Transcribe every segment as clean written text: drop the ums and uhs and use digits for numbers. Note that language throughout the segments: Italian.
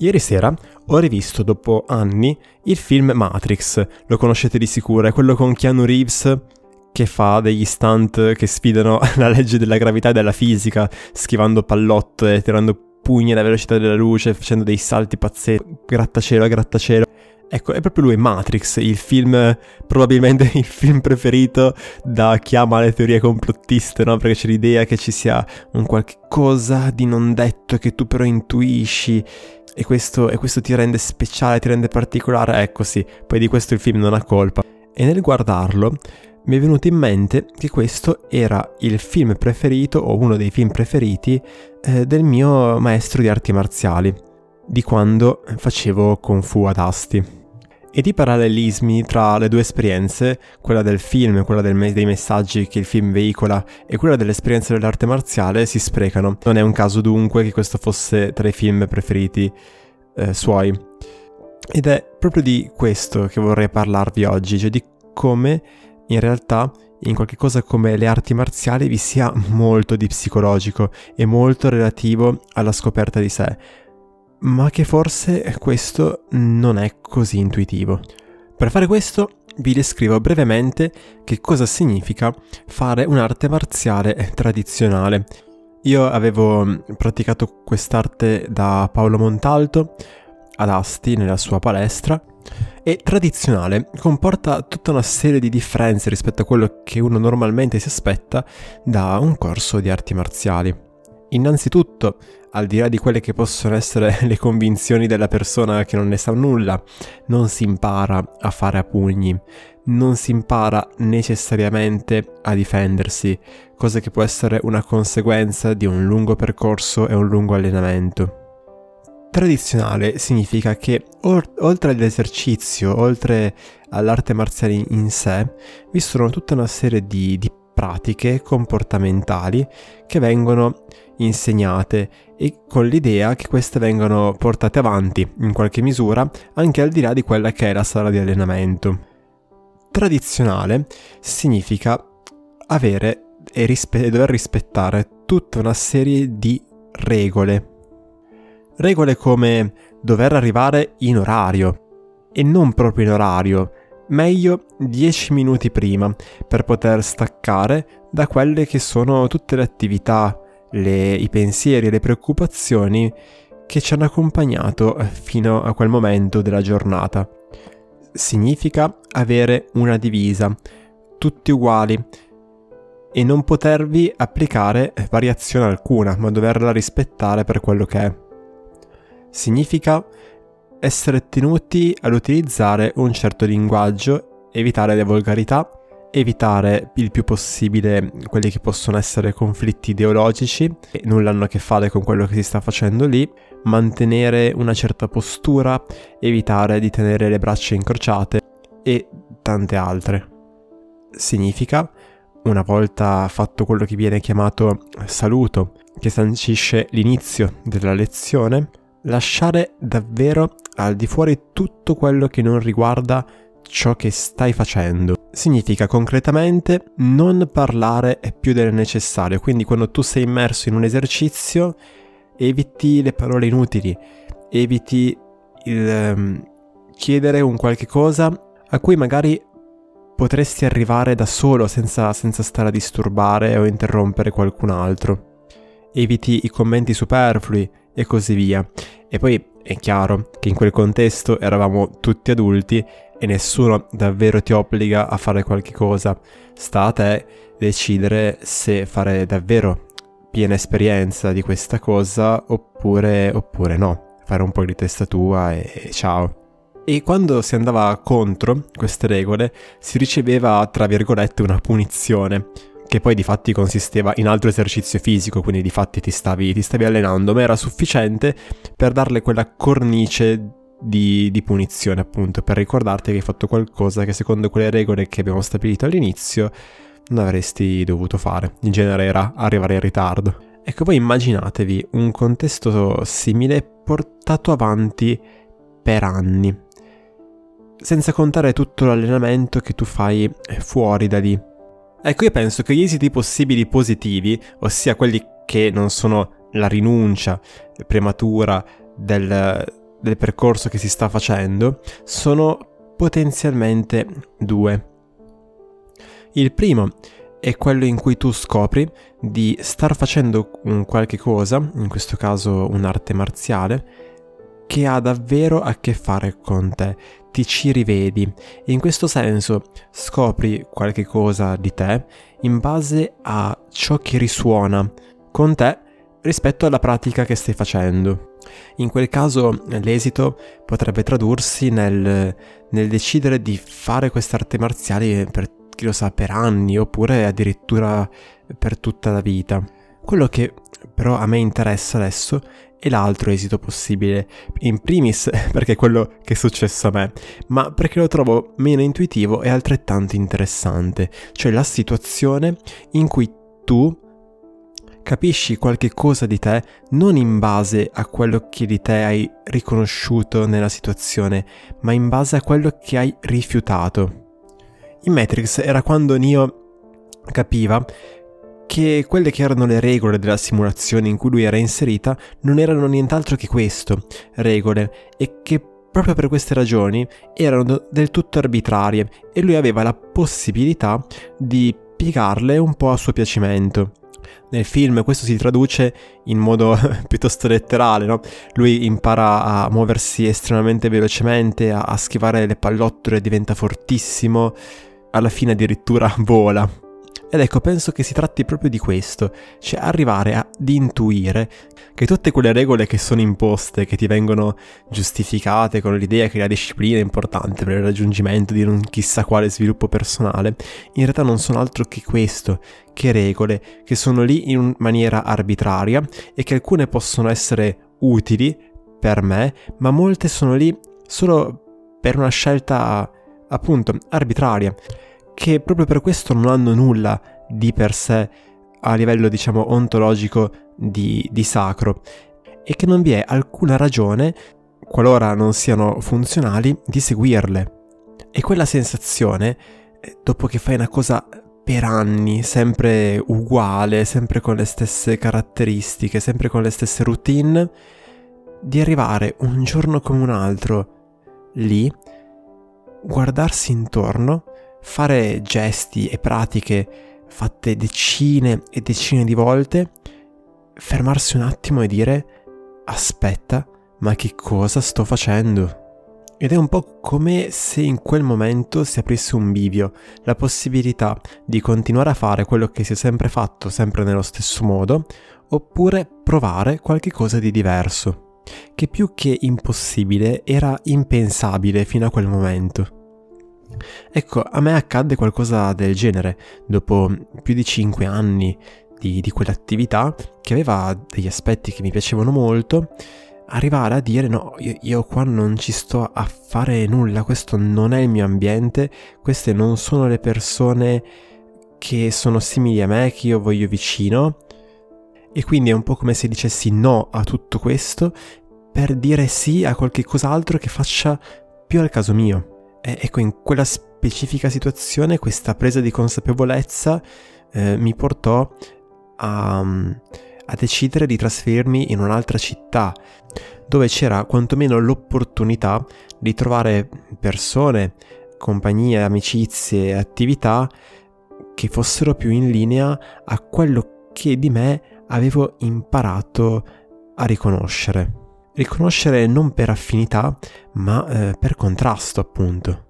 Ieri sera ho rivisto dopo anni il film Matrix, lo conoscete di sicuro, è quello con Keanu Reeves che fa degli stunt che sfidano la legge della gravità e della fisica, schivando pallotte, tirando pugni alla velocità della luce, facendo dei salti pazzeschi, grattacielo a grattacielo. Ecco, è proprio lui, Matrix, il film, probabilmente il film preferito da chi ama le teorie complottiste, no? Perché c'è l'idea che ci sia un qualche cosa di non detto che tu però intuisci e questo ti rende speciale, ti rende particolare. Ecco sì, poi di questo il film non ha colpa. E nel guardarlo mi è venuto in mente che questo era il film preferito, o uno dei film preferiti, del mio maestro di arti marziali, di quando facevo Kung Fu ad Asti. E di parallelismi tra le due esperienze, quella del film, quella dei messaggi che il film veicola e quella dell'esperienza dell'arte marziale, si sprecano. Non è un caso dunque che questo fosse tra i film preferiti suoi. Ed è proprio di questo che vorrei parlarvi oggi, cioè di come in realtà in qualche cosa come le arti marziali vi sia molto di psicologico e molto relativo alla scoperta di sé, ma che forse questo non è così intuitivo. Per fare questo vi descrivo brevemente che cosa significa fare un'arte marziale tradizionale. Io avevo praticato quest'arte da Paolo Montalto ad Asti nella sua palestra, e tradizionale comporta tutta una serie di differenze rispetto a quello che uno normalmente si aspetta da un corso di arti marziali. Innanzitutto, al di là di quelle che possono essere le convinzioni della persona che non ne sa nulla, non si impara a fare a pugni, non si impara necessariamente a difendersi, cosa che può essere una conseguenza di un lungo percorso e un lungo allenamento. Tradizionale significa che oltre all'esercizio, oltre all'arte marziale in sé, vi sono tutta una serie di pratiche comportamentali che vengono insegnate e con l'idea che queste vengano portate avanti in qualche misura anche al di là di quella che è la sala di allenamento. Tradizionale significa avere e dover rispettare tutta una serie di regole. Regole come dover arrivare in orario, e non proprio in orario, meglio 10 minuti prima, per poter staccare da quelle che sono tutte le attività, i pensieri e le preoccupazioni che ci hanno accompagnato fino a quel momento della giornata. Significa avere una divisa, tutti uguali, e non potervi applicare variazione alcuna, ma doverla rispettare per quello che è. Significa essere tenuti ad utilizzare un certo linguaggio, evitare le volgarità, evitare il più possibile quelli che possono essere conflitti ideologici che nulla hanno a che fare con quello che si sta facendo lì, mantenere una certa postura, evitare di tenere le braccia incrociate e tante altre. Significa, una volta fatto quello che viene chiamato saluto, che sancisce l'inizio della lezione, lasciare davvero al di fuori tutto quello che non riguarda ciò che stai facendo. Significa concretamente non parlare più del necessario, quindi quando tu sei immerso in un esercizio eviti le parole inutili, eviti il chiedere un qualche cosa a cui magari potresti arrivare da solo senza stare a disturbare o interrompere qualcun altro. Eviti i commenti superflui e così via. E poi è chiaro che in quel contesto eravamo tutti adulti e nessuno davvero ti obbliga a fare qualche cosa. Sta a te decidere se fare davvero piena esperienza di questa cosa oppure no. Fare un po' di testa tua e ciao. E quando si andava contro queste regole si riceveva, tra virgolette, una punizione, che poi di fatti consisteva in altro esercizio fisico, quindi di fatti ti stavi allenando, ma era sufficiente per darle quella cornice di punizione, appunto, per ricordarti che hai fatto qualcosa che secondo quelle regole che abbiamo stabilito all'inizio non avresti dovuto fare. In genere era arrivare in ritardo. Ecco, voi immaginatevi un contesto simile portato avanti per anni, senza contare tutto l'allenamento che tu fai fuori da lì. Ecco, io penso che gli esiti possibili positivi, ossia quelli che non sono la rinuncia prematura del percorso che si sta facendo sono potenzialmente due. Il primo è quello in cui tu scopri di star facendo un qualche cosa, in questo caso un'arte marziale, che ha davvero a che fare con te, ti ci rivedi e in questo senso scopri qualche cosa di te in base a ciò che risuona con te rispetto alla pratica che stai facendo. In quel caso l'esito potrebbe tradursi nel decidere di fare queste arti marziali per, chi lo sa, per anni oppure addirittura per tutta la vita. Quello che però a me interessa adesso è l'altro esito possibile, in primis perché è quello che è successo a me, ma perché lo trovo meno intuitivo e altrettanto interessante, cioè la situazione in cui tu capisci qualche cosa di te non in base a quello che di te hai riconosciuto nella situazione, ma in base a quello che hai rifiutato. In Matrix era quando Neo capiva che quelle che erano le regole della simulazione in cui lui era inserita non erano nient'altro che questo, regole, e che proprio per queste ragioni erano del tutto arbitrarie e lui aveva la possibilità di piegarle un po' a suo piacimento. Nel film questo si traduce in modo piuttosto letterale, no? Lui impara a muoversi estremamente velocemente, a schivare le pallottole, diventa fortissimo, alla fine addirittura vola. Ed ecco, penso che si tratti proprio di questo, cioè arrivare ad intuire che tutte quelle regole che sono imposte, che ti vengono giustificate con l'idea che la disciplina è importante per il raggiungimento di un chissà quale sviluppo personale, in realtà non sono altro che questo, che regole che sono lì in maniera arbitraria e che alcune possono essere utili per me, ma molte sono lì solo per una scelta appunto arbitraria, che proprio per questo non hanno nulla di per sé a livello, diciamo, ontologico di sacro e che non vi è alcuna ragione, qualora non siano funzionali, di seguirle. E quella sensazione, dopo che fai una cosa per anni, sempre uguale, sempre con le stesse caratteristiche, sempre con le stesse routine, di arrivare un giorno come un altro lì, guardarsi intorno, fare gesti e pratiche fatte decine e decine di volte, fermarsi un attimo e dire aspetta, ma che cosa sto facendo? Ed è un po' come se in quel momento si aprisse un bivio, la possibilità di continuare a fare quello che si è sempre fatto, sempre nello stesso modo, oppure provare qualche cosa di diverso, che più che impossibile era impensabile fino a quel momento. Ecco, a me accadde qualcosa del genere, dopo più di 5 anni di quell'attività, che aveva degli aspetti che mi piacevano molto, arrivare a dire no, io qua non ci sto a fare nulla, questo non è il mio ambiente, queste non sono le persone che sono simili a me, che io voglio vicino, e quindi è un po' come se dicessi no a tutto questo per dire sì a qualche cos'altro che faccia più al caso mio. Ecco, in quella specifica situazione questa presa di consapevolezza mi portò a decidere di trasferirmi in un'altra città dove c'era quantomeno l'opportunità di trovare persone, compagnie, amicizie, attività che fossero più in linea a quello che di me avevo imparato a riconoscere. Riconoscere non per affinità, ma per contrasto, appunto.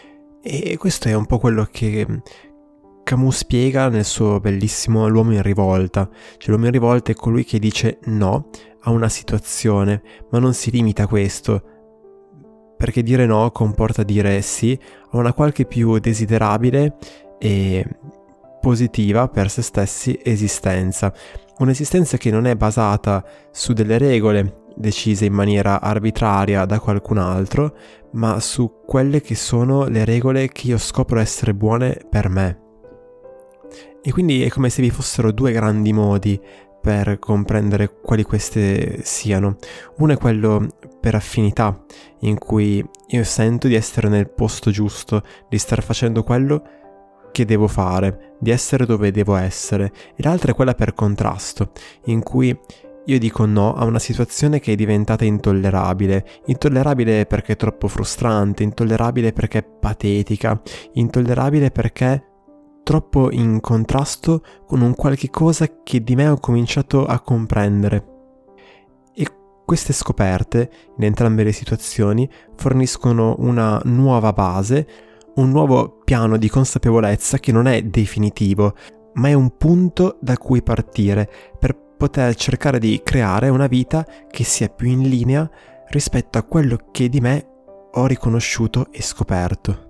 E questo è un po' quello che Camus spiega nel suo bellissimo L'uomo in rivolta. Cioè, l'uomo in rivolta è colui che dice no a una situazione, ma non si limita a questo, perché dire no comporta dire sì a una qualche più desiderabile e positiva per se stessi esistenza. Un'esistenza che non è basata su delle regole decise in maniera arbitraria da qualcun altro, ma su quelle che sono le regole che io scopro essere buone per me. E quindi è come se vi fossero due grandi modi per comprendere quali queste siano. Uno è quello per affinità, in cui io sento di essere nel posto giusto, di star facendo quello che devo fare, di essere dove devo essere. E l'altra è quella per contrasto, in cui io dico no a una situazione che è diventata intollerabile. Intollerabile perché è troppo frustrante, intollerabile perché è patetica, intollerabile perché è troppo in contrasto con un qualche cosa che di me ho cominciato a comprendere. E queste scoperte, in entrambe le situazioni, forniscono una nuova base, un nuovo piano di consapevolezza che non è definitivo, ma è un punto da cui partire per poter cercare di creare una vita che sia più in linea rispetto a quello che di me ho riconosciuto e scoperto.